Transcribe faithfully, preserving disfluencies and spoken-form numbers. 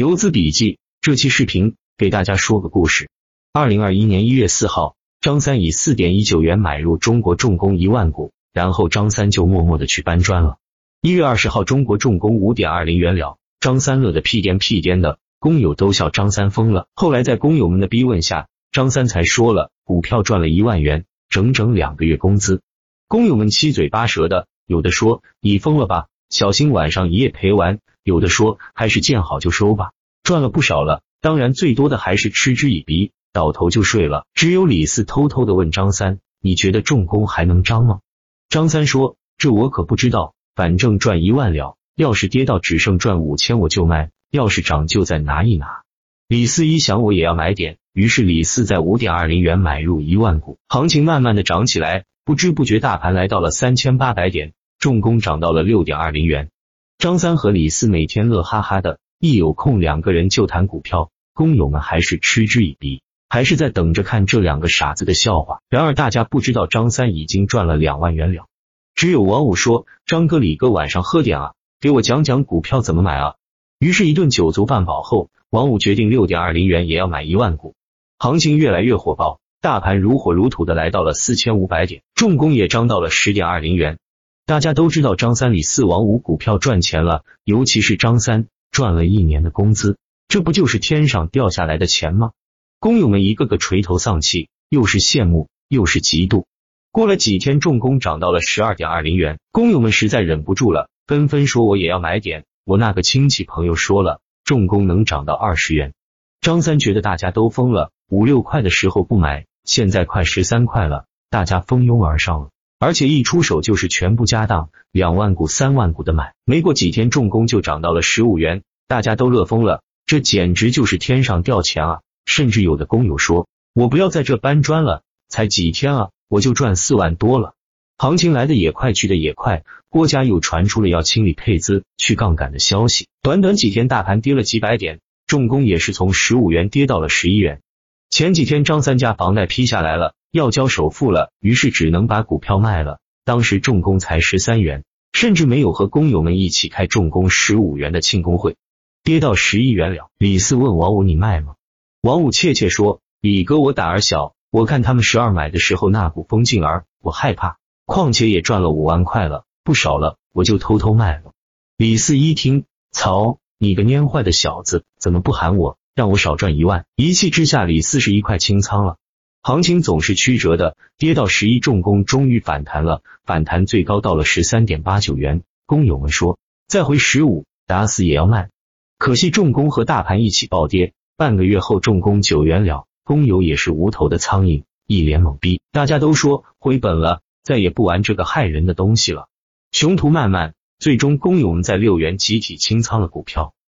游资笔记，这期视频给大家说个故事。二零二一年一月四号，张三以 四点一九元买入中国重工一万股，然后张三就默默的去搬砖了。一月二十号，中国重工 五点二零元了，张三乐得屁颠屁颠的，工友都笑张三疯了。后来在工友们的逼问下，张三才说了股票赚了一万元，整整两个月工资。工友们七嘴八舌的，有的说你疯了吧，小心晚上一夜赔完，有的说还是见好就收吧，赚了不少了。当然最多的还是嗤之以鼻，倒头就睡了。只有李四偷偷的问张三，你觉得重工还能涨吗？张三说，这我可不知道，反正赚一万了，要是跌到只剩赚五千我就卖，要是涨就再拿一拿。李四一想我也要买点，于是李四在 五点二零元买入一万股，行情慢慢的涨起来，不知不觉大盘来到了三千八百点，重工涨到了 六点二零元。张三和李四每天乐哈哈的，一有空两个人就谈股票，工友们还是嗤之以鼻，还是在等着看这两个傻子的笑话。然而大家不知道张三已经赚了两万元了。只有王五说，张哥李哥晚上喝点啊，给我讲讲股票怎么买啊。于是一顿酒足饭饱后，王五决定 六点二零元也要买一万股。行情越来越火爆，大盘如火如荼的来到了四千五百点，重工也涨到了 十点二零元。大家都知道张三李四王五股票赚钱了，尤其是张三赚了一年的工资，这不就是天上掉下来的钱吗？工友们一个个垂头丧气，又是羡慕又是嫉妒。过了几天，重工涨到了 十二点二零元，工友们实在忍不住了，纷纷说我也要买点。我那个亲戚朋友说了，重工能涨到二十元。张三觉得大家都疯了，五六块的时候不买，现在快十三块了，大家蜂拥而上了，而且一出手就是全部家当，两万股三万股的买。没过几天，重工就涨到了十五元，大家都乐疯了，这简直就是天上掉钱啊！甚至有的工友说，我不要在这搬砖了，才几天啊，我就赚四万多了。行情来的也快，去的也快，郭家又传出了要清理配资去杠杆的消息。短短几天大盘跌了几百点，重工也是从十五元跌到了十一元。前几天张三家房贷批下来了，要交首付了，于是只能把股票卖了。当时重工才十三元，甚至没有和工友们一起开重工十五元的庆功会。跌到十一元了，李四问王五你卖吗？王五怯怯说，李哥我胆儿小，我看他们十二买的时候那股风劲儿，我害怕，况且也赚了五万块了，不少了，我就偷偷卖了。李四一听，操，你个蔫坏的小子，怎么不喊我，让我少赚一万？一气之下，李四是一块清仓了。行情总是曲折的，跌到十一，重工终于反弹了，反弹最高到了 十三点八九元。工友们说，再回十五，打死也要卖。可惜重工和大盘一起暴跌，半个月后重工九元了，工友也是无头的苍蝇，一脸懵逼。大家都说回本了，再也不玩这个害人的东西了。雄途漫漫，最终工友们在六元集体清仓了股票。